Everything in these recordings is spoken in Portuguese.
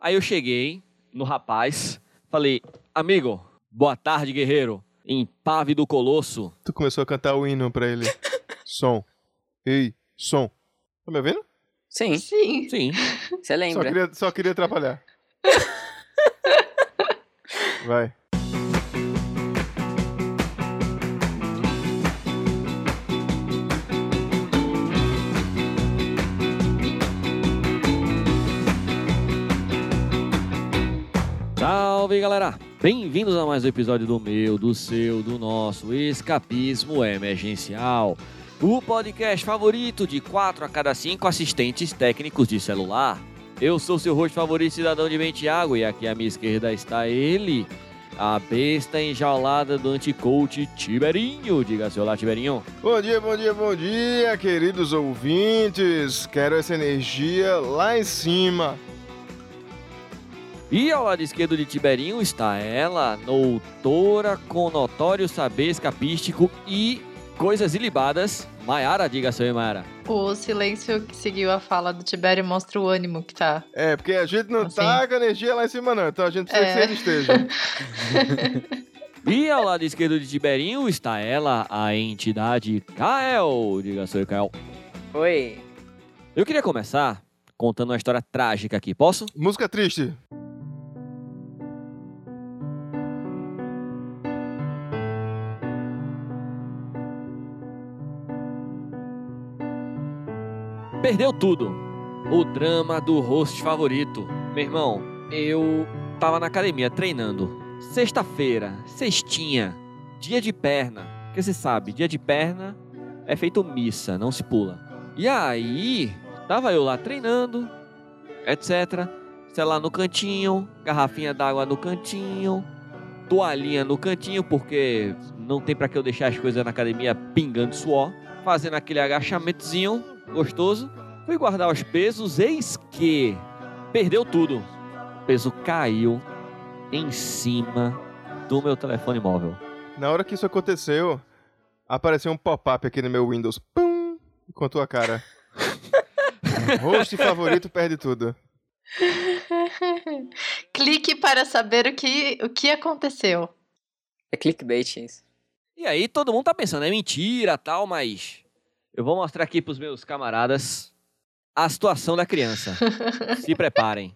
Aí eu cheguei no rapaz, falei, amigo, boa tarde, guerreiro, em Pave do Colosso. Tu começou a cantar o hino pra ele. Som. Ei, som. Tá me ouvindo? Sim, Sim. você lembra. Só queria atrapalhar. Vai. Salve, galera! Bem-vindos a mais um episódio do meu, do seu, do nosso Escapismo Emergencial, o podcast favorito de 4 a cada 5 assistentes técnicos de celular. Eu sou seu host favorito, cidadão de bem, Thiago, e aqui à minha esquerda está ele, a besta enjaulada do anticoach Tiberinho. Diga seu olá, Tiberinho. Bom dia, queridos ouvintes. Quero essa energia lá em cima. E ao lado esquerdo de Tiberinho está ela, doutora com notório saber escapístico e coisas ilibadas, Maiara. Diga seu oi, Maiara. O silêncio que seguiu a fala do Tibério mostra o ânimo que tá. É, porque a gente não Assim. tá com a energia lá em cima não, então a gente precisa que vocês estejam. E ao lado esquerdo de Tiberinho está ela, a entidade Kael. Diga seu oi, Kael. Oi. Eu queria começar contando uma história trágica aqui, posso? Música triste. Perdeu tudo. O drama do host favorito. Meu irmão, eu tava na academia treinando. Sexta-feira, sextinha, dia de perna. Porque você sabe, dia de perna é feito missa, não se pula. E aí, tava eu lá treinando, etc. Celular no cantinho, garrafinha d'água no cantinho, toalhinha no cantinho, porque não tem pra que eu deixar as coisas na academia pingando suor. Fazendo aquele agachamentozinho gostoso. Fui guardar os pesos, eis que perdeu tudo. O peso caiu em cima do meu telefone móvel. Na hora que isso aconteceu, apareceu um pop-up aqui no meu Windows. Pum! Com a tua cara. Host favorito perde tudo. Clique para saber o que aconteceu. É clickbait isso. E aí todo mundo tá pensando, é mentira, tal, mas eu vou mostrar aqui pros meus camaradas a situação da criança. Se preparem.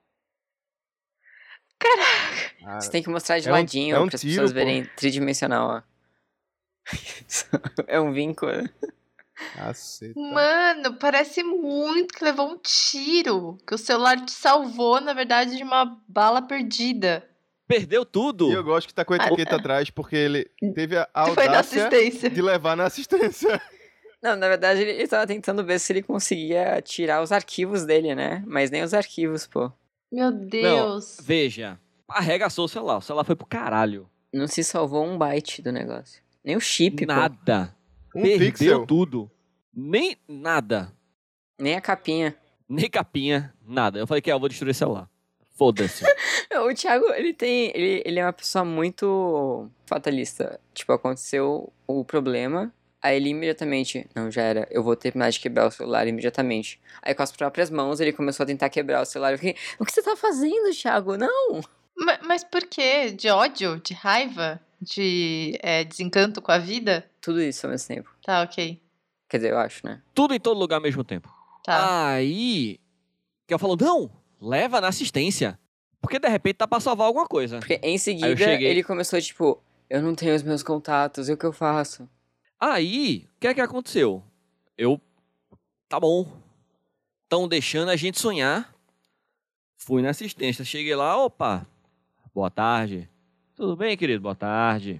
Cara, Você tem que mostrar de é ladinho um para as tiro, pessoas pô. verem tridimensional, ó. É um vínculo. Caceta. Mano, parece muito que levou um tiro. Que o celular te salvou, na verdade, de uma bala perdida. Perdeu tudo. E eu gosto que tá com a etiqueta atrás, porque ele teve a Tu foi na audácia assistência. de levar na assistência. Não, na verdade ele estava tentando ver se ele conseguia tirar os arquivos dele, né? Mas nem os arquivos, pô. Meu Deus. Não, veja, arregaçou o celular foi pro caralho. Não se salvou um byte do negócio. Nem o chip, pô. Nada. Um Perdeu pixel. tudo. Nem nada. Nem a capinha. Nem capinha, nada. Eu falei que eu vou destruir o celular. Foda-se. O Thiago, ele é uma pessoa muito fatalista. Tipo, aconteceu o problema, aí ele imediatamente, não, já era, eu vou terminar de quebrar o celular imediatamente. Aí com as próprias mãos ele começou a tentar quebrar o celular. Eu fiquei, o que você tá fazendo, Thiago? Não! Mas por quê? De ódio? De raiva? De desencanto com a vida? Tudo isso ao mesmo tempo. Tá, ok. Quer dizer, eu acho, né? Tudo em todo lugar ao mesmo tempo. Tá. Aí, que eu falo, não, leva na assistência. Porque de repente tá pra salvar alguma coisa. Porque em Aí eu seguida cheguei. ele começou, tipo, eu não tenho os meus contatos, e o que eu faço? Aí, o que é que aconteceu? Tá bom. Tão deixando a gente sonhar. Fui na assistência, cheguei lá, opa, boa tarde. Tudo bem, querido? Boa tarde.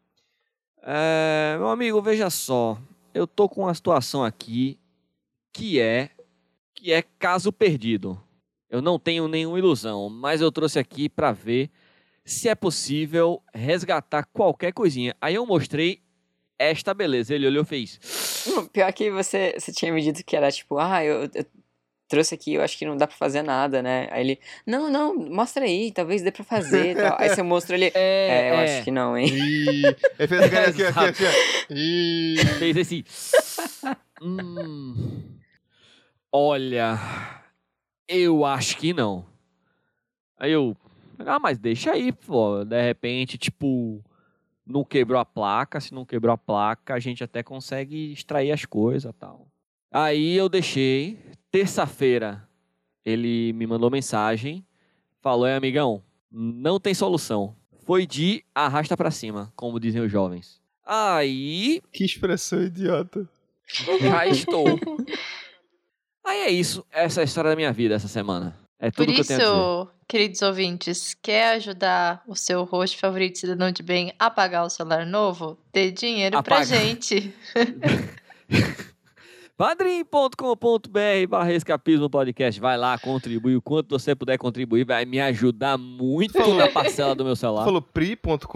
Meu amigo, veja só. Eu tô com uma situação aqui que é caso perdido. Eu não tenho nenhuma ilusão, mas eu trouxe aqui pra ver se é possível resgatar qualquer coisinha. Aí eu mostrei esta beleza. Ele olhou e fez... Pior que você tinha me dito que era, tipo, eu trouxe aqui, eu acho que não dá pra fazer nada, né? Aí ele, não, mostra aí, talvez dê pra fazer e tal. Aí você mostra ele, eu acho que não, hein? Ele fez aqui, ó. Fez esse... Olha, eu acho que não. Aí eu, mas deixa aí, pô. De repente, tipo, não quebrou a placa. Se não quebrou a placa, a gente até consegue extrair as coisas e tal. Aí eu deixei. Terça-feira, ele me mandou mensagem. Falou, amigão, não tem solução. Foi de arrasta pra cima, como dizem os jovens. Aí, Que expressão idiota. arrastou. Aí é isso. Essa é a história da minha vida essa semana. É tudo Por que eu tenho a dizer. isso, queridos ouvintes, quer ajudar o seu host favorito cidadão de bem a pagar o celular novo? Dê dinheiro pra Apaga. gente. Padrim.com.br/escapismo podcast. Vai lá, contribui o quanto você puder contribuir. Vai me ajudar muito Falou. na parcela do meu Tu celular. falou pri.com.br?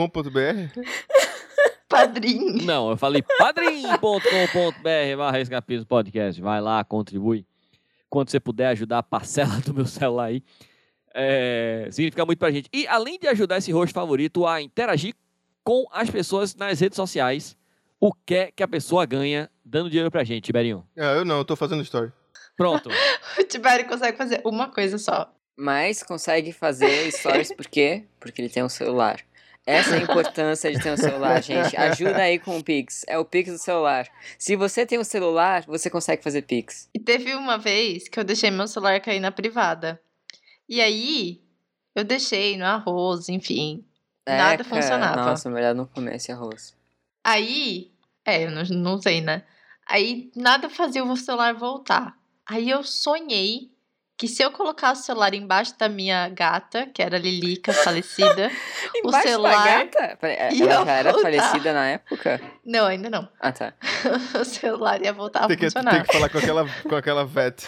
Padrinho. Não, eu falei padrim.com.br/escapismo podcast. Vai lá, contribui. Quanto você puder ajudar a parcela do meu celular aí. Significa muito pra gente. E além de ajudar esse host favorito a interagir com as pessoas nas redes sociais, o que é que a pessoa ganha dando dinheiro pra gente, Tiberinho? Eu não, eu tô fazendo story. Pronto. O Tibério consegue fazer uma coisa só. Mas consegue fazer stories por quê? Porque ele tem um celular. Essa é a importância de ter um celular, gente. Ajuda aí com o Pix. É o Pix do celular. Se você tem um celular, você consegue fazer Pix. E teve uma vez que eu deixei meu celular cair na privada. E aí, eu deixei no arroz, enfim. Nada cara, funcionava. Nossa, melhor não comer esse arroz. Aí, eu não sei, né? Aí, nada fazia o celular voltar. Aí, eu sonhei que se eu colocasse o celular embaixo da minha gata, que era a Lilica, falecida, Embaixo celular da gata? ia Ela já era voltar. falecida na época? Não, ainda não. Ah, tá. O celular ia voltar a Tem que funcionar. falar com aquela vet.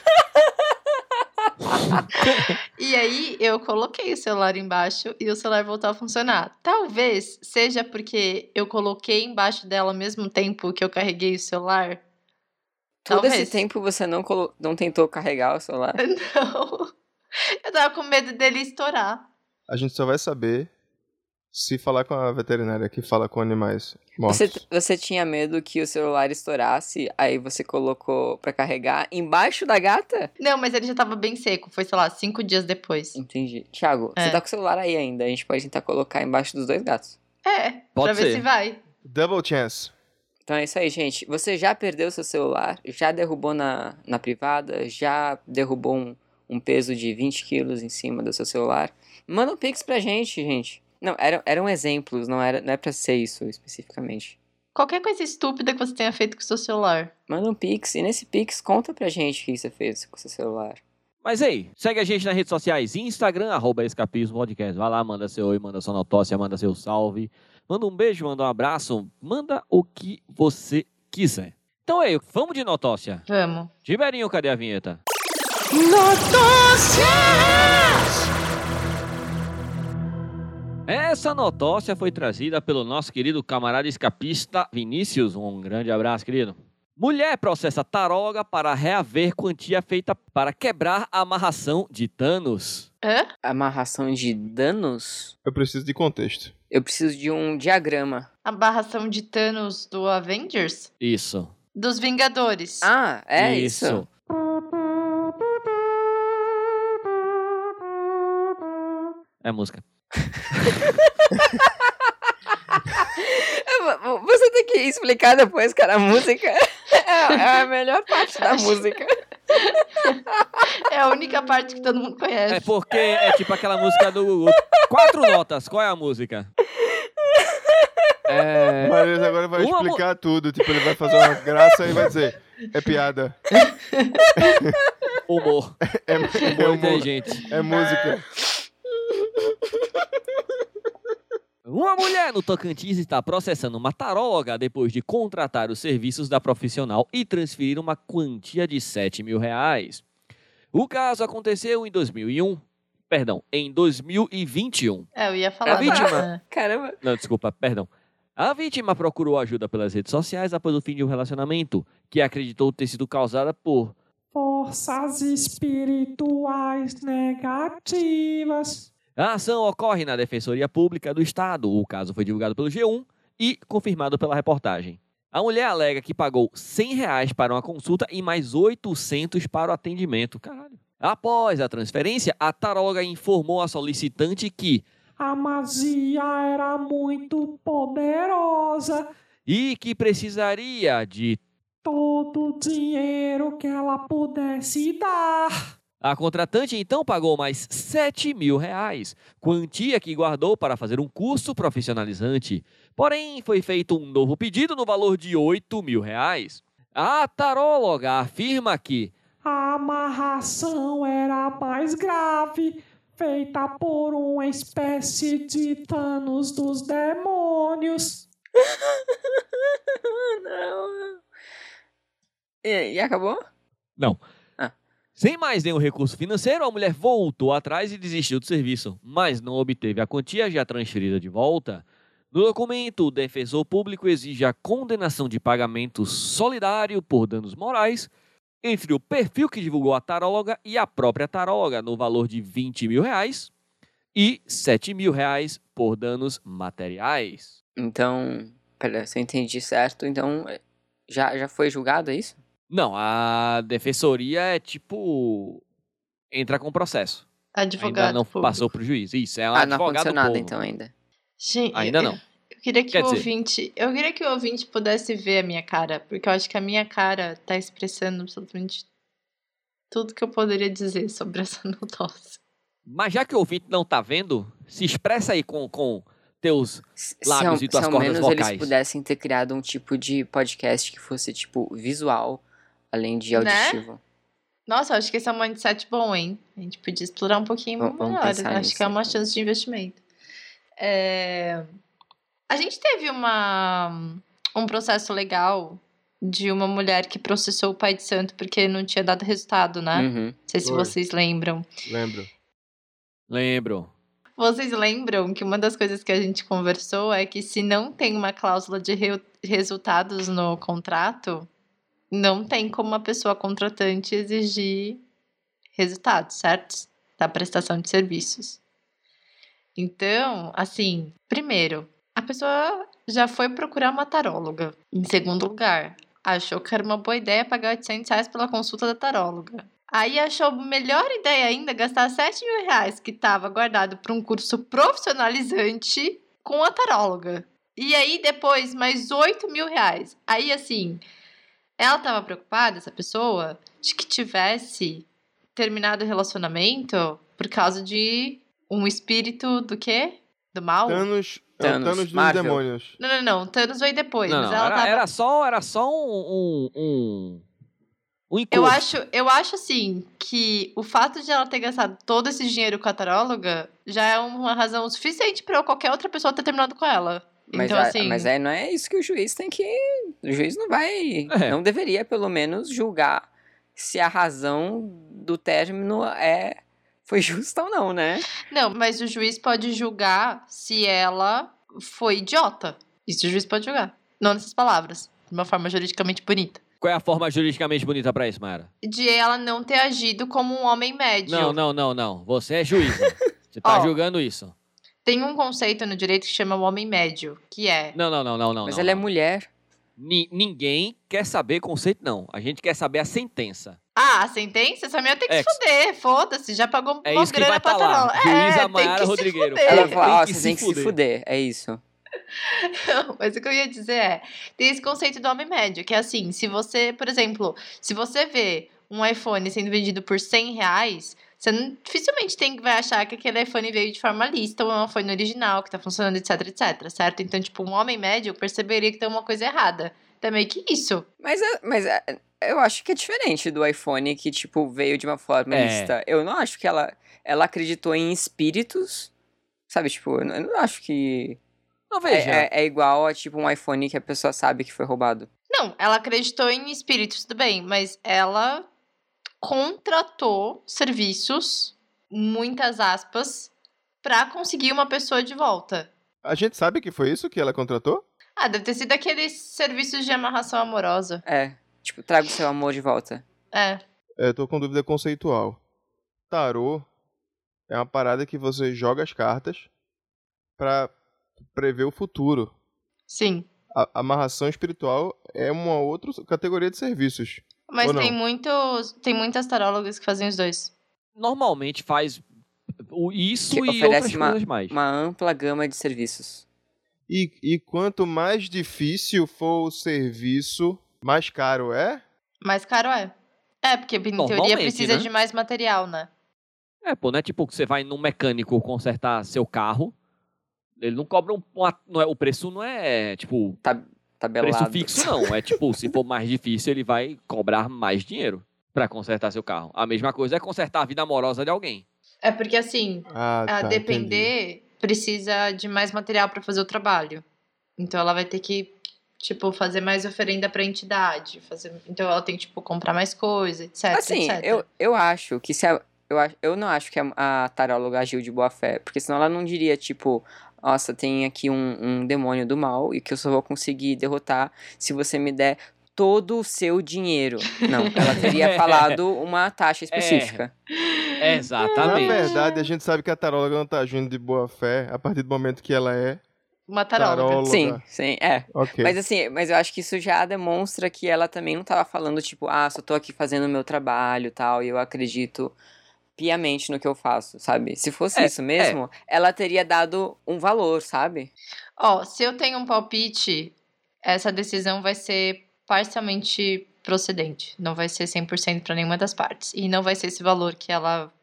E aí, eu coloquei o celular embaixo e o celular voltou a funcionar. Talvez seja porque eu coloquei embaixo dela ao mesmo tempo que eu carreguei o celular. Todo Talvez. esse tempo você não tentou carregar o celular? Não. Eu tava com medo dele estourar. A gente só vai saber se falar com a veterinária que fala com animais mortos. Você tinha medo que o celular estourasse, aí você colocou pra carregar embaixo da gata? Não, mas ele já tava bem seco. Foi, sei lá, 5 dias depois. Entendi. Thiago, você tá com o celular aí ainda. A gente pode tentar colocar embaixo dos dois gatos. Pode pra ver ser. se vai. Double chance. Então é isso aí, gente. Você já perdeu seu celular, já derrubou na privada, já derrubou um peso de 20 quilos em cima do seu celular. Manda um Pix pra gente. Não, eram exemplos, não é pra ser isso especificamente. Qualquer coisa estúpida que você tenha feito com o seu celular. Manda um Pix e nesse Pix conta pra gente o que você fez com o seu celular. Mas aí, segue a gente nas redes sociais, Instagram, @escapismo podcast. Vai lá, manda seu oi, manda sua notócia, manda seu salve. Manda um beijo, manda um abraço, manda o que você quiser. Então aí, vamos de notócia. Vamos. Tiberinho, cadê a vinheta? Essa notócia foi trazida pelo nosso querido camarada escapista Vinícius. Um grande abraço, querido. Mulher processa taróloga para reaver quantia feita para quebrar a amarração de Thanos. Hã? Amarração de danos? Eu preciso de contexto. Eu preciso de um diagrama. A barração de Thanos do Avengers? Isso. Dos Vingadores. Ah, é isso. É música. Você tem que explicar depois, cara. A música é a melhor parte da música. É a única parte que todo mundo conhece. É porque é tipo aquela música do 4 notas. Qual é a música? Mas agora vai Uma explicar tudo. Tipo, ele vai fazer uma graça e vai dizer: é piada. Humor. É Humor humor. inteligente. É música. Uma mulher no Tocantins está processando uma taróloga depois de contratar os serviços da profissional e transferir uma quantia de R$7 mil. O caso aconteceu em 2021. Eu ia falar. A vítima. da- Caramba. Não, desculpa, perdão. A vítima procurou ajuda pelas redes sociais após o fim de um relacionamento que acreditou ter sido causada por forças espirituais negativas. A ação ocorre na Defensoria Pública do Estado. O caso foi divulgado pelo G1 e confirmado pela reportagem. A mulher alega que pagou R$100 para uma consulta e mais 800 para o atendimento. Caralho. Após a transferência, a taróloga informou a solicitante que a magia era muito poderosa e que precisaria de todo o dinheiro que ela pudesse dar. A contratante então pagou mais R$7.000, quantia que guardou para fazer um curso profissionalizante. Porém, foi feito um novo pedido no valor de R$8.000. A taróloga afirma que a amarração era mais grave, feita por uma espécie de Thanos dos demônios. Não. E acabou? Não. Ah. Sem mais nenhum recurso financeiro, a mulher voltou atrás e desistiu do serviço, mas não obteve a quantia já transferida de volta. No documento, o defensor público exige a condenação de pagamento solidário por danos morais entre o perfil que divulgou a taróloga e a própria taróloga, no valor de R$20.000 e R$7.000 por danos materiais. Então, pera, se eu entendi certo, então já foi julgado, é isso? Não, a defensoria é tipo... entra com processo. Advogado Ainda não público. passou pro juiz. Isso, é um Não advogado aconteceu do nada povo. então ainda. Gente, Ainda não. Eu queria que Quer o dizer- ouvinte, eu queria que o ouvinte pudesse ver a minha cara, porque eu acho que a minha cara tá expressando absolutamente tudo que eu poderia dizer sobre essa notócia. Mas já que o ouvinte não tá vendo, se expressa aí com teus lábios e tuas se ao cordas menos eles vocais. pudessem ter criado um tipo de podcast que fosse, tipo, visual, além de Né? auditivo. Nossa, eu acho que esse é um mindset bom, hein? A gente podia explorar um pouquinho Vamos melhor. pensar Acho nisso, que é uma então. chance de investimento. A gente teve um processo legal de uma mulher que processou o pai de santo porque não tinha dado resultado, né? Uhum. Não sei se Foi. vocês lembram. Lembro. Lembro. Vocês lembram que uma das coisas que a gente conversou é que se não tem uma cláusula de resultados no contrato, não tem como uma pessoa contratante exigir resultados, certo? Da prestação de serviços. Então, assim, primeiro, a pessoa já foi procurar uma taróloga. Em segundo lugar, achou que era uma boa ideia pagar R$800 pela consulta da taróloga. Aí achou melhor ideia ainda gastar R$7.000 que estava guardado para um curso profissionalizante com a taróloga. E aí depois mais R$8.000. Aí assim, ela estava preocupada, essa pessoa, de que tivesse terminado o relacionamento por causa de um espírito do quê? Do mal? Thanos, é o Thanos, Thanos dos Marvel. demônios. Não. Thanos veio depois. Não, mas não, ela tava... era só um Eu encosto. acho assim que o fato de ela ter gastado todo esse dinheiro com a taróloga já é uma razão suficiente pra qualquer outra pessoa ter terminado com ela. Mas, Então, assim. mas não é isso que o juiz tem que. O juiz não vai. É. Não deveria, pelo menos, julgar se a razão do término foi justa ou não, né? Não, mas o juiz pode julgar se ela foi idiota. Isso o juiz pode julgar. Não nessas palavras. De uma forma juridicamente bonita. Qual é a forma juridicamente bonita pra isso, Mayra? De ela não ter agido como um homem médio. Não. Você é juíza. Você tá Ó. julgando isso. Tem um conceito no direito que chama o homem médio, que é... Não. Mas não, ela é não. mulher. Ninguém quer saber conceito, não. A gente quer saber a sentença. Ah, a sentença? Essa minha tem que se fuder. Foda-se, já pagou É uma isso que grana vai pra tá lá. tarola. Juíza tem Mayara que se Rodrigueiro. fuder. Ela Tem fala, ó, que você se tem que se fuder. fuder. É isso. Não, mas o que eu ia dizer é, tem esse conceito do homem médio, que é assim, se você, por exemplo, se você vê um iPhone sendo vendido por R$100, você dificilmente vai achar que aquele iPhone veio de forma lícita ou é um iPhone original, que tá funcionando, etc, certo? Então, tipo, um homem médio perceberia que tem uma coisa errada. Então, meio que isso. Mas eu acho que é diferente do iPhone que, tipo, veio de uma forma lícita. Eu não acho que ela acreditou em espíritos, sabe? Tipo, eu não acho que Não, veja. é igual a, tipo, um iPhone que a pessoa sabe que foi roubado. Não, ela acreditou em espíritos, tudo bem, mas ela contratou serviços, muitas aspas, pra conseguir uma pessoa de volta. A gente sabe que foi isso que ela contratou? Ah, deve ter sido aqueles serviços de amarração amorosa. É, tipo, traga o seu amor de volta. É. Eu tô com dúvida conceitual. Tarô é uma parada que você joga as cartas pra prever o futuro. Sim. A amarração espiritual é uma outra categoria de serviços. Mas Ou não? tem muitas tarólogas que fazem os dois. normalmente faz isso Que e outras oferece coisas mais. uma ampla gama de serviços. E quanto mais difícil for o serviço, mais caro é? Mais caro é. É, porque em teoria Normalmente, precisa né? de mais material, né? Pô, não é tipo que você vai num mecânico consertar seu carro, ele não cobra não é, o preço não é, tipo, preço Tabelado. fixo não. É tipo, se for mais difícil, ele vai cobrar mais dinheiro pra consertar seu carro. A mesma coisa é consertar a vida amorosa de alguém. É porque assim, Ah, a tá, depender precisa de mais material pra fazer o trabalho. Então ela vai ter que, tipo, fazer mais oferenda pra entidade. Então ela tem que, tipo, comprar mais coisa, etc, Assim, etc. eu acho que se eu não acho que a taróloga agiu de boa fé, porque senão ela não diria, tipo, nossa, tem aqui um demônio do mal e que eu só vou conseguir derrotar se você me der todo o seu dinheiro. Não, ela teria falado uma taxa específica. Na Exatamente. verdade, a gente sabe que a taróloga não tá agindo de boa fé a partir do momento que ela é Uma taróloga. taróloga. Sim, Ok. Mas assim, eu acho que isso já demonstra que ela também não tava falando, tipo, só tô aqui fazendo o meu trabalho e tal, e eu acredito piamente no que eu faço, sabe? Se fosse isso mesmo, ela teria dado um valor, sabe? Ó, se eu tenho um palpite, essa decisão vai ser parcialmente procedente. Não vai ser 100% pra nenhuma das partes. E não vai ser esse valor que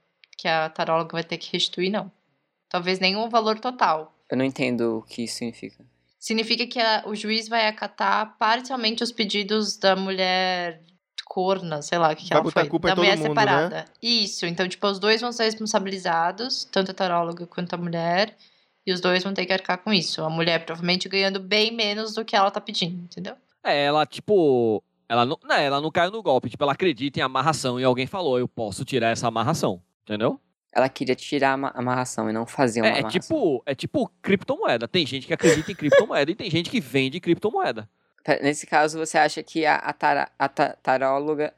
a taróloga vai ter que restituir, não. Talvez nem um valor total. Eu não entendo o que isso significa. Significa que o juiz vai acatar parcialmente os pedidos da mulher corna, sei lá o que Vai ela botar foi, a culpa da em todo mulher mundo, separada. né? Isso, então, tipo, os dois vão ser responsabilizados, tanto a taróloga quanto a mulher, e os dois vão ter que arcar com isso. A mulher provavelmente ganhando bem menos do que ela tá pedindo, entendeu? Ela, tipo, ela não caiu no golpe, tipo, ela acredita em amarração e alguém falou, eu posso tirar essa amarração, entendeu? Ela queria tirar a amarração e não fazer uma amarração. É tipo criptomoeda. Tem gente que acredita em criptomoeda e tem gente que vende criptomoeda. Nesse caso, você acha que a taróloga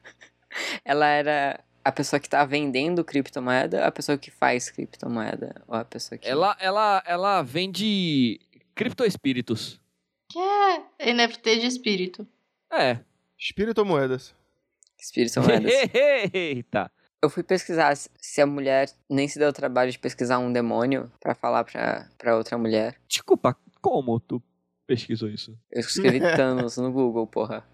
ela era a pessoa que tá vendendo criptomoeda, a pessoa que faz criptomoeda, ou a pessoa que... Ela vende criptoespíritos. Que é NFT de espírito. É. Espírito ou moedas? Espírito-moedas. Eita. Eu fui pesquisar se a mulher nem se deu o trabalho de pesquisar um demônio pra falar pra outra mulher. Desculpa, como tu pesquisou isso? Eu escrevi Thanos no Google, porra.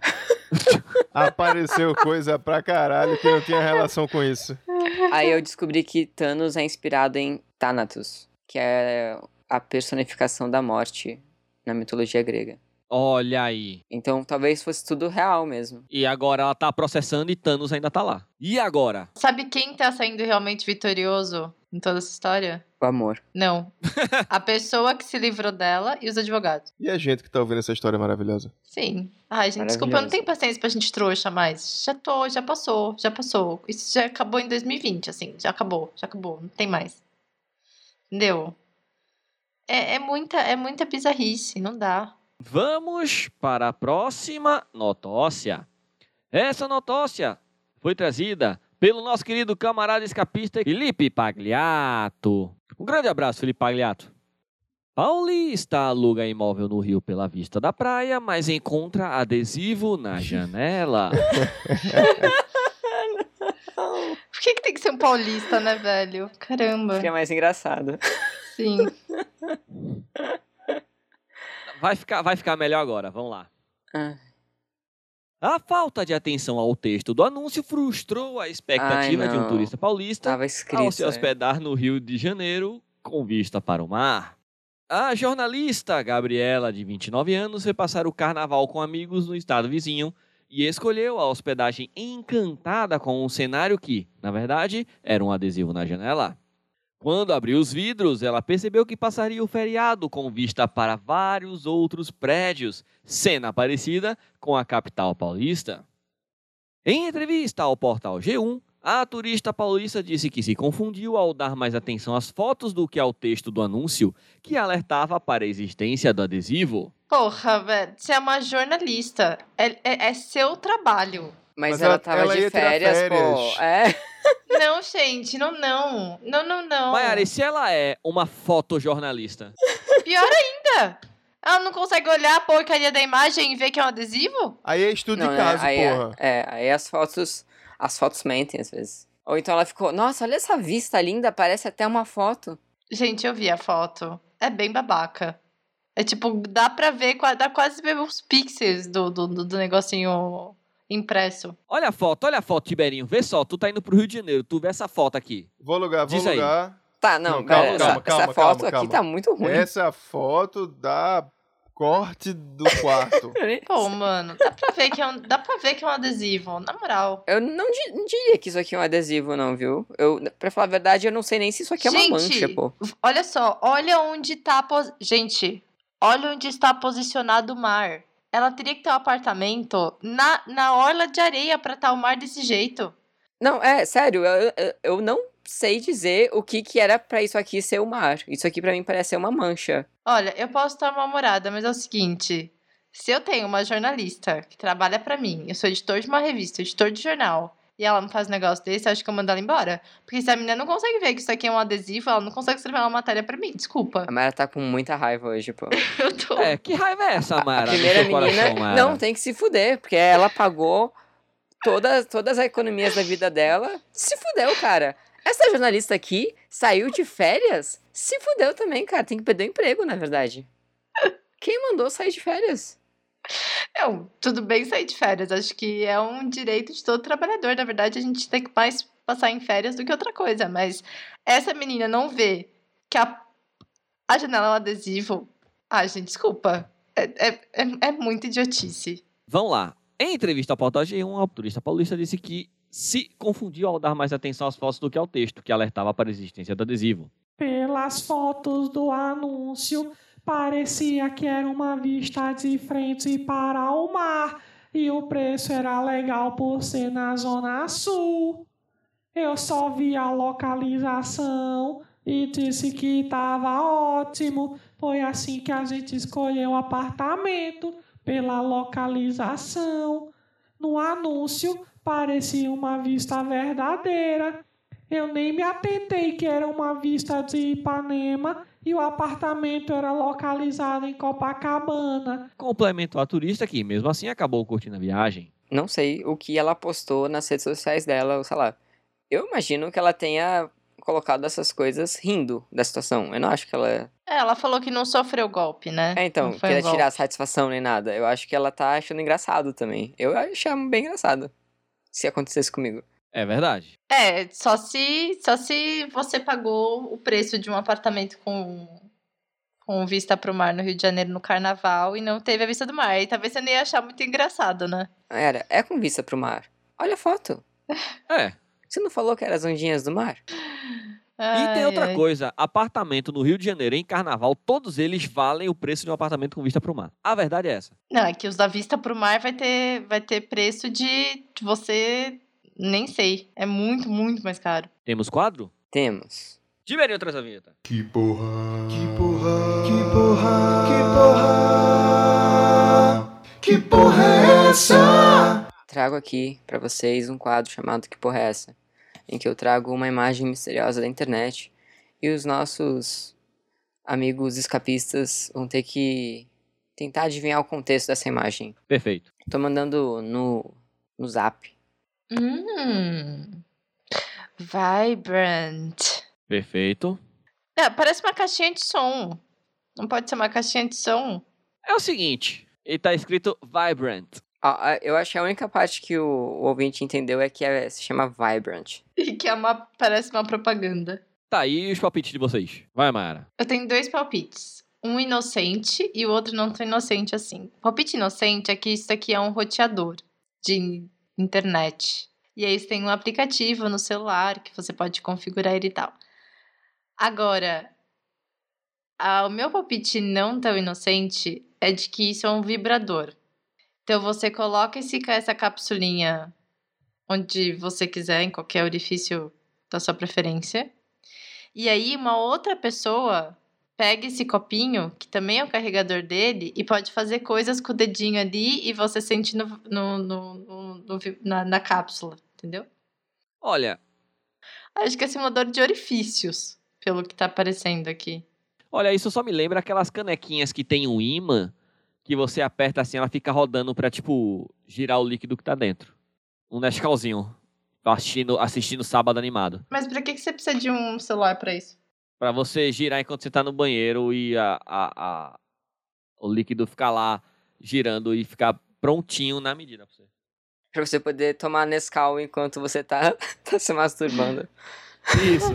Apareceu coisa pra caralho que não tinha relação com isso. Aí eu descobri que Thanos é inspirado em Thanatos, que é a personificação da morte na mitologia grega. Olha aí. Então talvez fosse tudo real mesmo. E agora ela tá processando e Thanos ainda tá lá. E agora? Sabe quem tá saindo realmente vitorioso em toda essa história? O amor. Não. A pessoa que se livrou dela e os advogados. E a gente que tá ouvindo essa história maravilhosa? Sim. Ai, gente, desculpa, eu não tenho paciência pra gente trouxa mais. Já passou. Isso já acabou em 2020, assim, já acabou, não tem mais. Entendeu? É muita bizarrice, não dá. Vamos para a próxima notócia. Essa notócia foi trazida pelo nosso querido camarada escapista Felipe Pagliato. Um grande abraço, Felipe Pagliato. Paulista aluga imóvel no Rio pela vista da praia, mas encontra adesivo na janela. Por que tem que ser um paulista, né, velho? Caramba. Fica mais engraçado. Sim. Vai ficar melhor agora, vamos lá. Ah. A falta de atenção ao texto do anúncio frustrou a expectativa de um turista paulista Tava escrito, ao se hospedar no Rio de Janeiro com vista para o mar. A jornalista Gabriela, de 29 anos, foi passar o carnaval com amigos no estado vizinho e escolheu a hospedagem encantada com um cenário que, na verdade, era um adesivo na janela. Quando abriu os vidros, ela percebeu que passaria o feriado com vista para vários outros prédios, cena parecida com a capital paulista. Em entrevista ao portal G1, a turista paulista disse que se confundiu ao dar mais atenção às fotos do que ao texto do anúncio, que alertava para a existência do adesivo. Porra, velho, você é uma jornalista. É seu trabalho. Mas ela tava ela de ia tirar férias, férias. pô. É. Não, gente, não. Mayara, e se ela é uma fotojornalista? Pior ainda. Ela não consegue olhar a porcaria da imagem e ver que é um adesivo? Aí é estudo Não, de né? caso, Aí, porra. aí as fotos mentem às vezes. Ou então ela ficou, nossa, olha essa vista linda, parece até uma foto. Gente, eu vi a foto. É bem babaca. É tipo, dá pra ver, dá quase ver os pixels do negocinho impresso. Olha a foto, Tiberinho. Vê só, tu tá indo pro Rio de Janeiro, tu vê essa foto aqui. Vou alugar. Diz aí. Tá, não, Não, pera, calma, essa foto aqui tá muito ruim. Essa foto dá corte do quarto. Pô, mano, dá pra ver que é um adesivo, na moral. Eu não diria que isso aqui é um adesivo, não, viu? Pra falar a verdade, eu não sei nem se isso aqui é uma mancha, pô. Olha só, olha onde tá... Gente, olha onde está posicionado o mar. Ela teria que ter um apartamento na orla de areia pra estar o mar desse jeito. Não, sério, eu não sei dizer o que era pra isso aqui ser o mar. Isso aqui pra mim parece ser uma mancha. Olha, eu posso estar mal-humorada, mas é o seguinte... Se eu tenho uma jornalista que trabalha pra mim, eu sou editor de uma revista, editor de jornal, e ela me faz um negócio desse, eu acho que eu mando ela embora. Porque se a menina não consegue ver que isso aqui é um adesivo, ela não consegue escrever uma matéria pra mim, desculpa. A Mayra tá com muita raiva hoje, pô. Eu tô... Que raiva é essa, Mayra? A primeira do seu menina, coração, Mayra? não, tem que se fuder, porque ela pagou todas as economias da vida dela, se fudeu, cara. Essa jornalista aqui saiu de férias, se fudeu também, cara, tem que perder o emprego, na verdade. Quem mandou sair de férias? Não, tudo bem sair de férias. Acho que é um direito de todo trabalhador. Na verdade, a gente tem que mais passar em férias do que outra coisa. Mas essa menina não vê que a janela é um adesivo. Ah, gente, desculpa. É muita idiotice. Vamos lá. Em entrevista ao Portal G1, a turista paulista disse que se confundiu ao dar mais atenção às fotos do que ao texto, que alertava para a existência do adesivo. Pelas fotos do anúncio, parecia que era uma vista de frente para o mar e o preço era legal por ser na Zona Sul. Eu só vi a localização e disse que estava ótimo. Foi assim que a gente escolheu o apartamento, pela localização. No anúncio, parecia uma vista verdadeira. Eu nem me atentei que era uma vista de Ipanema e o apartamento era localizado em Copacabana. Complementou a turista que, mesmo assim, acabou curtindo a viagem. Não sei o que ela postou nas redes sociais dela, ou sei lá. Eu imagino que ela tenha colocado essas coisas rindo da situação. Eu não acho que ela... Ela falou que não sofreu golpe, né? Então, Não foi queria golpe. tirar satisfação nem nada. Eu acho que ela tá achando engraçado também. Eu achava bem engraçado, se acontecesse comigo. É verdade. Só se você pagou o preço de um apartamento com vista pro mar no Rio de Janeiro no carnaval e não teve a vista do mar. Aí talvez você nem ia achar muito engraçado, né? É com vista pro mar. Olha a foto. Você não falou que eram as ondinhas do mar? E tem outra coisa, apartamento no Rio de Janeiro em carnaval, todos eles valem o preço de um apartamento com vista pro mar. A verdade é essa. Não, é que os da vista pro mar vai ter preço de você... Nem sei. É muito, muito mais caro. Temos quadro? Temos. Tiberinho, traz a vinheta. Que porra. Que porra é essa? Trago aqui pra vocês um quadro chamado Que Porra é Essa? Em que eu trago uma imagem misteriosa da internet e os nossos amigos escapistas vão ter que tentar adivinhar o contexto dessa imagem. Perfeito. Tô mandando no Zap. Vibrant. Perfeito. Parece uma caixinha de som. Não pode ser uma caixinha de som? É o seguinte, ele tá escrito Vibrant. Eu acho que a única parte que o ouvinte entendeu é que se chama Vibrant. E que parece uma propaganda. Tá, e os palpites de vocês? Vai, Mayara. Eu tenho 2 palpites. Um inocente e o outro não tão inocente assim. Palpite inocente é que isso aqui é um roteador de internet. E aí você tem um aplicativo no celular que você pode configurar ele e tal. Agora, o meu palpite não tão inocente é de que isso é um vibrador. Então você coloca essa capsulinha onde você quiser, em qualquer orifício da sua preferência. E aí uma outra pessoa pega esse copinho, que também é o carregador dele, e pode fazer coisas com o dedinho ali e você sente na cápsula, entendeu? Olha, Acho que é simulador de orifícios, pelo que tá aparecendo aqui. isso só me lembra aquelas canequinhas que tem um imã, que você aperta assim, ela fica rodando pra, tipo, girar o líquido que tá dentro. Um Nescauzinho. assistindo Sábado Animado. Mas pra que você precisa de um celular pra isso? Pra você girar enquanto você tá no banheiro e o líquido ficar lá girando e ficar prontinho na medida pra você. Pra você poder tomar Nescau enquanto você tá se masturbando. Isso.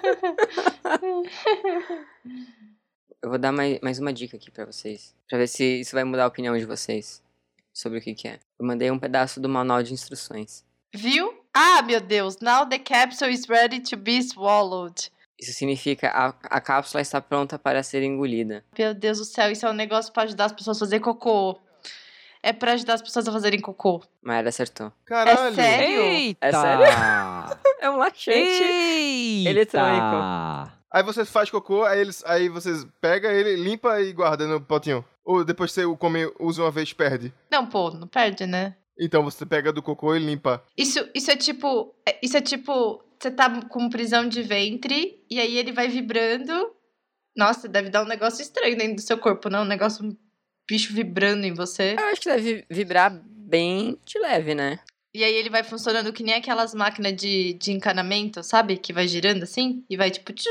Eu vou dar mais uma dica aqui pra vocês. Pra ver se isso vai mudar a opinião de vocês sobre o que é. Eu mandei um pedaço do manual de instruções. Viu? Ah, meu Deus. Now the capsule is ready to be swallowed. Isso significa a cápsula está pronta para ser engolida. Meu Deus do céu, isso é um negócio pra ajudar as pessoas a fazer cocô. É pra ajudar as pessoas a fazerem cocô. Mayara acertou. Caralho. É sério? Eita! É sério? É um laxante eletrônico. Aí você faz cocô, aí vocês pegam ele, limpa e guarda no potinho. Ou depois você come, usa uma vez, perde. Não, pô, não perde, né? Então você pega do cocô e limpa. Isso é tipo... Você tá com prisão de ventre e aí ele vai vibrando. Nossa, deve dar um negócio estranho dentro do seu corpo, não? Um negócio... Um bicho vibrando em você. Eu acho que deve vibrar bem de leve, né? E aí ele vai funcionando que nem aquelas máquinas de encanamento, sabe? Que vai girando assim e vai tipo...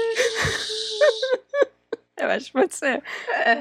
Eu acho que pode ser. É.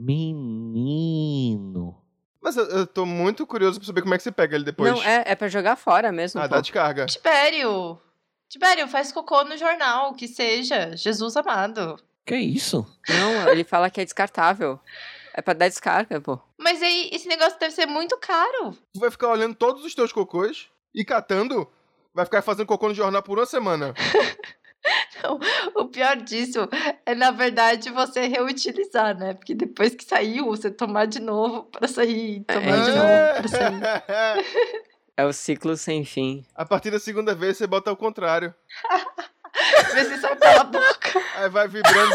Menino. Mas eu tô muito curioso pra saber como é que você pega ele depois. Não, é pra jogar fora mesmo. Ah, pô. dá descarga. Tibério, faz cocô no jornal, que seja. Jesus amado. Que isso? Não, ele fala que é descartável. É pra dar descarga, pô. Mas aí, esse negócio deve ser muito caro. Tu vai ficar olhando todos os teus cocôs e catando. Vai ficar fazendo cocô no jornal por uma semana. Não, o pior disso é, na verdade, você reutilizar, né? Porque depois que saiu, você tomar de novo pra sair, tomar de novo pra sair. É o ciclo sem fim. A partir da segunda vez, você bota ao contrário. Vê se sai pela boca. Aí vai vibrando.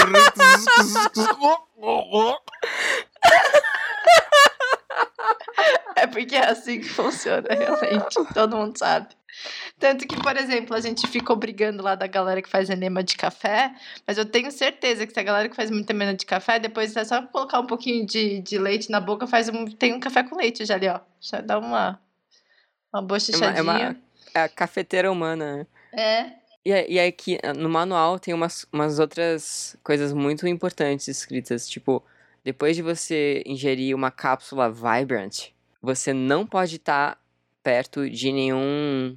É porque é assim que funciona, realmente. Todo mundo sabe. Tanto que, por exemplo, a gente fica brigando lá da galera que faz enema de café, mas eu tenho certeza que se a galera que faz muito enema de café, depois é só colocar um pouquinho de leite na boca, tem um café com leite já ali, ó. Já dá uma bochechadinha. É a cafeteira humana, né? É. E aqui no manual tem umas outras coisas muito importantes escritas, tipo, depois de você ingerir uma cápsula Vibrant, você não pode estar perto de nenhum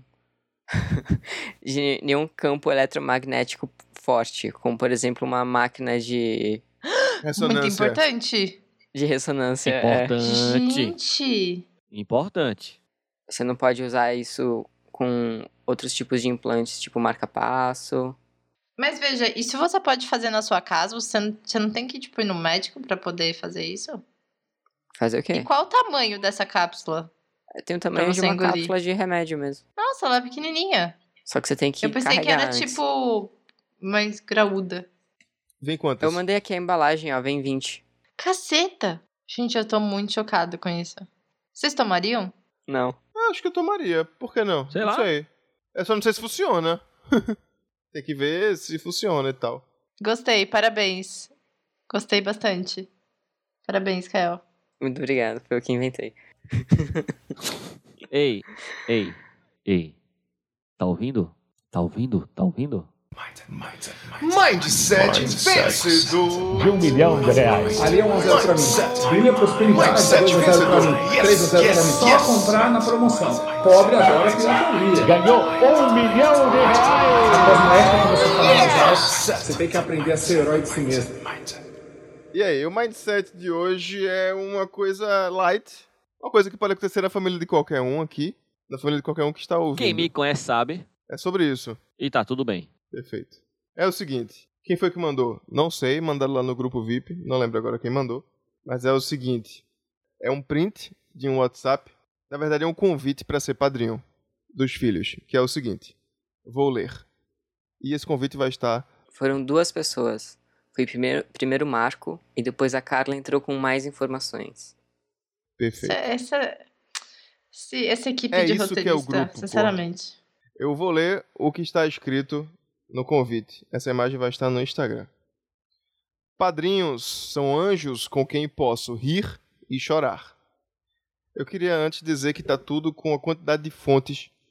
campo eletromagnético forte, como por exemplo uma máquina de Muito importante. ressonância. Importante. Gente. Importante. Você não pode usar isso com outros tipos de implantes, tipo marca-passo. Mas veja, isso você pode fazer na sua casa? Você não tem que tipo, ir no médico pra poder fazer isso? Fazer o quê? E qual o tamanho dessa cápsula? Tem o tamanho pra de você uma engolir? cápsula de remédio mesmo. Nossa, ela é pequenininha. Só que você tem que Eu pensei que carregar era antes. tipo mais graúda. Vem quantas? Eu mandei aqui a embalagem, ó, vem 20. Caceta! Gente, eu tô muito chocada com isso. Vocês tomariam? Não. Acho que eu tomaria. Por que não? Sei não lá. sei. Eu só não sei se funciona. Tem que ver se funciona e tal. Gostei, parabéns. Gostei bastante. Parabéns, Kael. Muito obrigado, foi eu que inventei. Ei. Tá ouvindo? Tá ouvindo? Mindset vencedor. de R$1 milhão. Ali é 1x0 pra mim. Brilha prosperidade, 2x0 pra mim. 3x0 pra mim. Só comprar na promoção. Pobre adora pirataria. Ganhou R$1 milhão. Após uma época que você fala mais alto, você tem que aprender a ser herói de si mesmo. E aí, o mindset de hoje é uma coisa light. Uma coisa que pode acontecer na família de qualquer um aqui. Na família de qualquer um que está ouvindo. Quem me conhece sabe. É sobre isso. E tá tudo bem. Perfeito. É o seguinte. Quem foi que mandou? Não sei. Mandaram lá no grupo VIP. Não lembro agora quem mandou. Mas é o seguinte. É um print de um WhatsApp. Na verdade, é um convite para ser padrinho dos filhos. Que é o seguinte. Vou ler. E esse convite vai estar... Foram 2 pessoas. Foi primeiro o Marco e depois a Carla entrou com mais informações. Perfeito. Essa equipe É de isso que é o roteirista, grupo, sinceramente. Eu vou ler o que está escrito no convite. Essa imagem vai estar no Instagram. Padrinhos são anjos com quem posso rir e chorar. Eu queria antes dizer que está tudo com a quantidade de fontes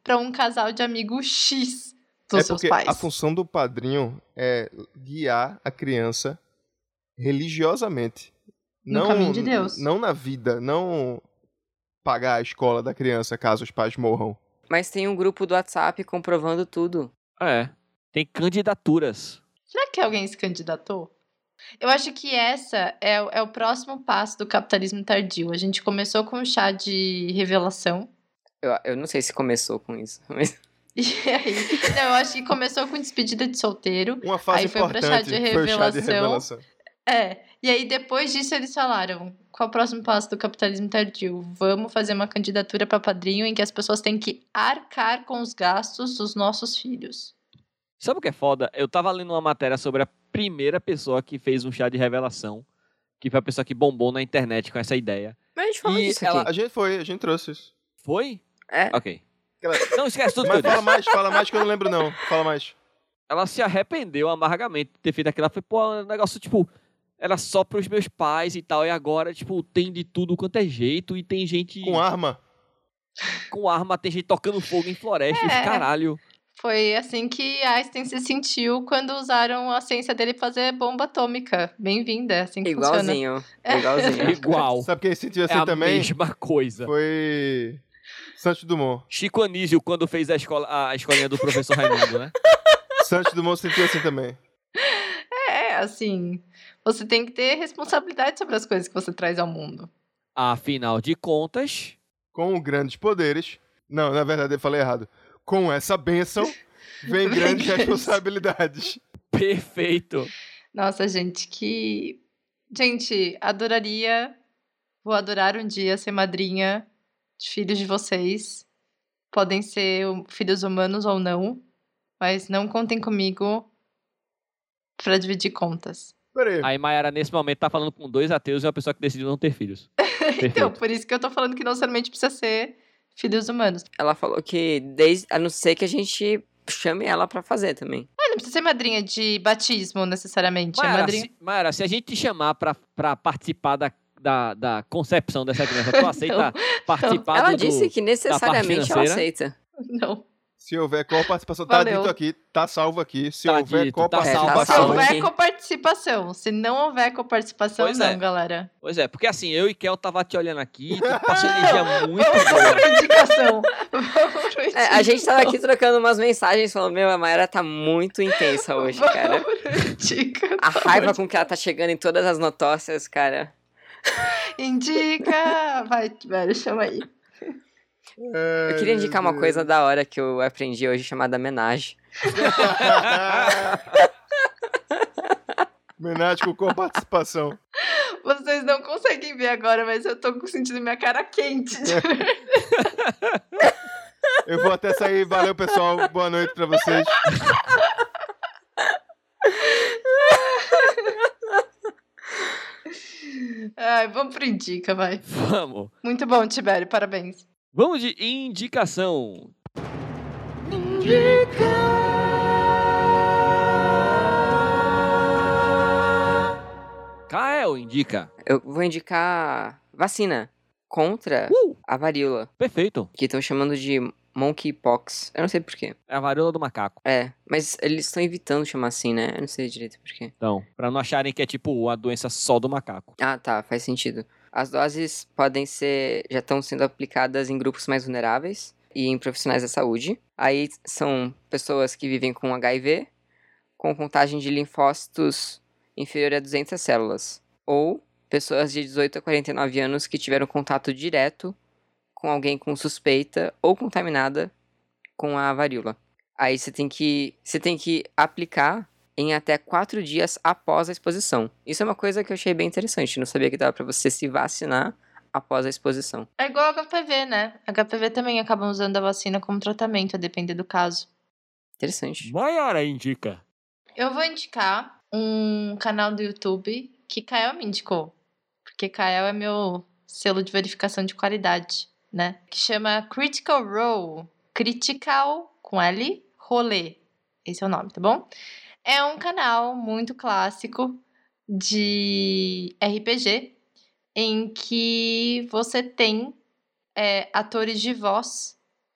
pra um casal de amigos X dos É seus porque pais. a função do padrinho é guiar a criança religiosamente. No caminho de Deus. Não na vida, não pagar a escola da criança caso os pais morram. Mas tem um grupo do WhatsApp comprovando tudo. É. Tem candidaturas. Será que alguém se candidatou? Eu acho que essa é o próximo passo do capitalismo tardio. A gente começou com o chá de revelação. Eu não sei se começou com isso, mas... E aí, não, eu acho que começou com despedida de solteiro. Uma fase Aí foi pra importante chá de foi o chá de revelação. revelação. E aí depois disso eles falaram, qual é o próximo passo do capitalismo tardio? Vamos fazer uma candidatura para padrinho em que as pessoas têm que arcar com os gastos dos nossos filhos. Sabe o que é foda? Eu tava lendo uma matéria sobre a primeira pessoa que fez um chá de revelação, que foi a pessoa que bombou na internet com essa ideia. Mas a gente falou E disso ela- aqui. A gente trouxe isso. Foi? É. Ok. Aquela- Não esquece tudo que Mas eu disse. fala mais que eu não lembro não. Fala mais. Ela se arrependeu amargamente de ter feito aquilo. Ela foi, pô, um negócio, tipo, era só pros meus pais e tal. E agora, tipo, tem de tudo quanto é jeito. E tem gente Com arma. com arma, tem gente tocando fogo em florestas, É. caralho. Foi assim que Einstein se sentiu quando usaram a ciência dele fazer bomba atômica. Bem-vinda, é assim que funciona. Igualzinho. Igualzinho. Igual. Sabe quem sentiu É assim a também? mesma coisa. Foi Santos Dumont. Chico Anísio, quando fez a escolinha do professor Raimundo, né? Santos Dumont sentiu assim também. Assim, você tem que ter responsabilidade sobre as coisas que você traz ao mundo. Afinal de contas, Com grandes poderes. Não, na verdade eu falei errado. Com essa bênção vem grandes responsabilidades. perfeito. Nossa, gente, Gente, vou adorar um dia ser madrinha de filhos de vocês. Podem ser filhos humanos ou não, mas não contem comigo pra dividir contas. Peraí. Aí Mayara, nesse momento, tá falando com 2 ateus e uma pessoa que decidiu não ter filhos. Então, Perfeito. por isso que eu tô falando que não necessariamente precisa ser filhos humanos. Ela falou que, a não ser que a gente chame ela pra fazer também. Não precisa ser madrinha de batismo, necessariamente. É madrinha... Mayara, se a gente te chamar pra participar da concepção dessa criança, tu aceita participar Ela do... disse que necessariamente ela financeira? aceita. Não. Se houver coparticipação, tá Valeu. dito aqui, tá salvo aqui. Se Tá houver dito, tá Se salvo. salvo. houver Aqui. coparticipação. Se não houver coparticipação, Pois não, é. galera. Pois é, porque assim, eu e Kel tava te olhando aqui, tu passou energia muito Vamos boa. pra indicação. Vamos pra É, a gente tava aqui trocando umas mensagens falando, meu, a Mayara tá muito intensa hoje, cara. Vamos pra indicação. A raiva com que ela tá chegando em todas as notócias, cara. Indica! Vai, velho, chama aí. Eu queria indicar uma coisa da hora que eu aprendi hoje, chamada homenagem. Homenagem com coparticipação. Vocês não conseguem ver agora, mas eu tô sentindo minha cara quente. Eu vou até sair. Valeu, pessoal. Boa noite pra vocês. Ai, vamos pro indica, vai. Vamos. Muito bom, Tibério, parabéns. Vamos de indicação. Kael indica. Eu vou indicar vacina contra a varíola, Perfeito. que estão chamando de monkeypox. Eu não sei porquê. É a varíola do macaco. É, mas eles estão evitando chamar assim, né? Eu não sei direito porquê. Então, pra não acharem que é tipo a doença só do macaco. Ah, tá, faz sentido. As doses já estão sendo aplicadas em grupos mais vulneráveis e em profissionais da saúde. Aí são pessoas que vivem com HIV, com contagem de linfócitos inferior a 200 células. Ou pessoas de 18 a 49 anos que tiveram contato direto com alguém com suspeita ou contaminada com a varíola. Aí você tem que aplicar em até 4 dias após a exposição. Isso é uma coisa que eu achei bem interessante. Não sabia que dava pra você se vacinar após a exposição. É igual a HPV, né? HPV também acabam usando a vacina como tratamento, a depender do caso. Interessante. Mayara indica. Eu vou indicar um canal do YouTube que Kael me indicou. Porque Kael é meu selo de verificação de qualidade, né? Que chama Critical Role. Critical, com L, Rolê. Esse é o nome, tá bom? É um canal muito clássico de RPG, em que você tem atores de voz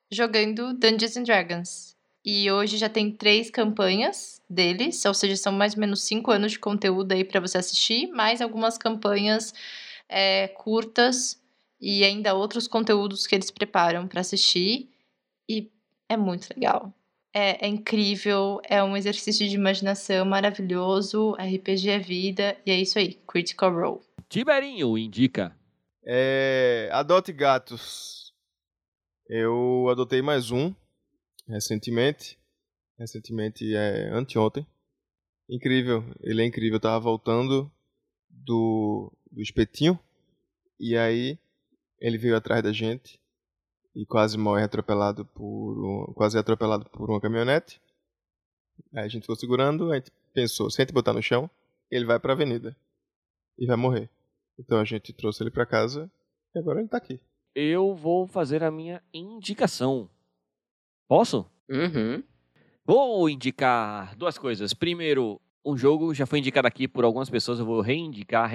jogando Dungeons and Dragons. E hoje já tem 3 campanhas deles, ou seja, são mais ou menos 5 anos de conteúdo aí pra você assistir, mais algumas campanhas curtas e ainda outros conteúdos que eles preparam pra assistir. E é muito legal. É incrível, é um exercício de imaginação maravilhoso, RPG é vida, e é isso aí, Critical Role. Tiberinho indica. Adote gatos. Eu adotei mais um recentemente. Anteontem. Incrível, ele é incrível. Eu tava voltando do espetinho e aí ele veio atrás da gente e quase atropelado por uma caminhonete. Aí a gente ficou segurando, a gente pensou, se a gente botar no chão, ele vai pra avenida e vai morrer. Então a gente trouxe ele pra casa e agora ele tá aqui. Eu vou fazer a minha indicação. Posso? Uhum. Vou indicar 2 coisas. Primeiro, um jogo já foi indicado aqui por algumas pessoas, eu vou reindicar,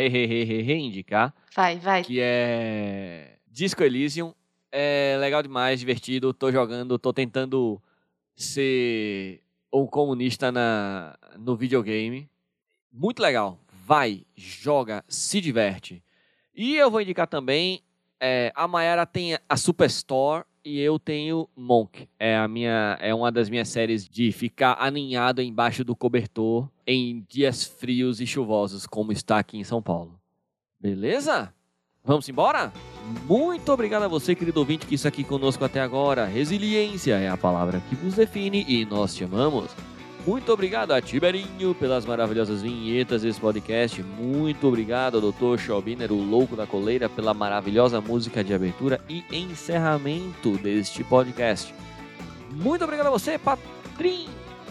Vai. que é Disco Elysium. É legal demais, divertido, tô jogando, tô tentando ser um comunista no videogame. Muito legal. Vai, joga, se diverte. E eu vou indicar também, a Mayara tem a Superstore e eu tenho Monk. É uma das minhas séries de ficar aninhado embaixo do cobertor em dias frios e chuvosos, como está aqui em São Paulo. Beleza? Vamos embora? Muito obrigado a você, querido ouvinte, que está aqui conosco até agora. Resiliência é a palavra que vos define e nós te amamos. Muito obrigado a Tiberinho pelas maravilhosas vinhetas desse podcast. Muito obrigado ao Dr. Schaubiner, o louco da coleira, pela maravilhosa música de abertura e encerramento deste podcast. Muito obrigado a você, Matrim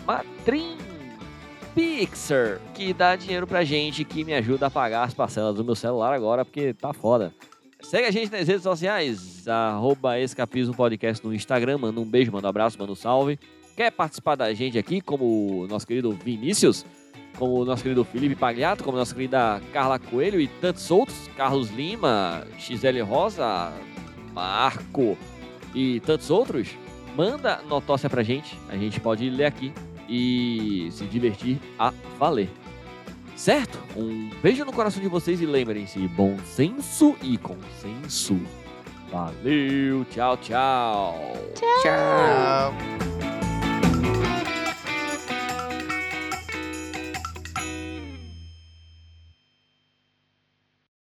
Pixar, que dá dinheiro pra gente, que me ajuda a pagar as parcelas do meu celular agora, porque tá foda. Segue a gente nas redes sociais, @Escapismo Podcast no Instagram. Manda um beijo, manda um abraço, manda um salve. Quer participar da gente aqui, como o nosso querido Vinícius, como o nosso querido Felipe Pagliato, como a nossa querida Carla Coelho e tantos outros, Carlos Lima, XL Rosa, Marco e tantos outros? Manda notócia pra gente, a gente pode ler aqui e se divertir a valer. Certo? Um beijo no coração de vocês e lembrem-se, bom senso e consenso. Valeu, tchau. Tchau. Tchau.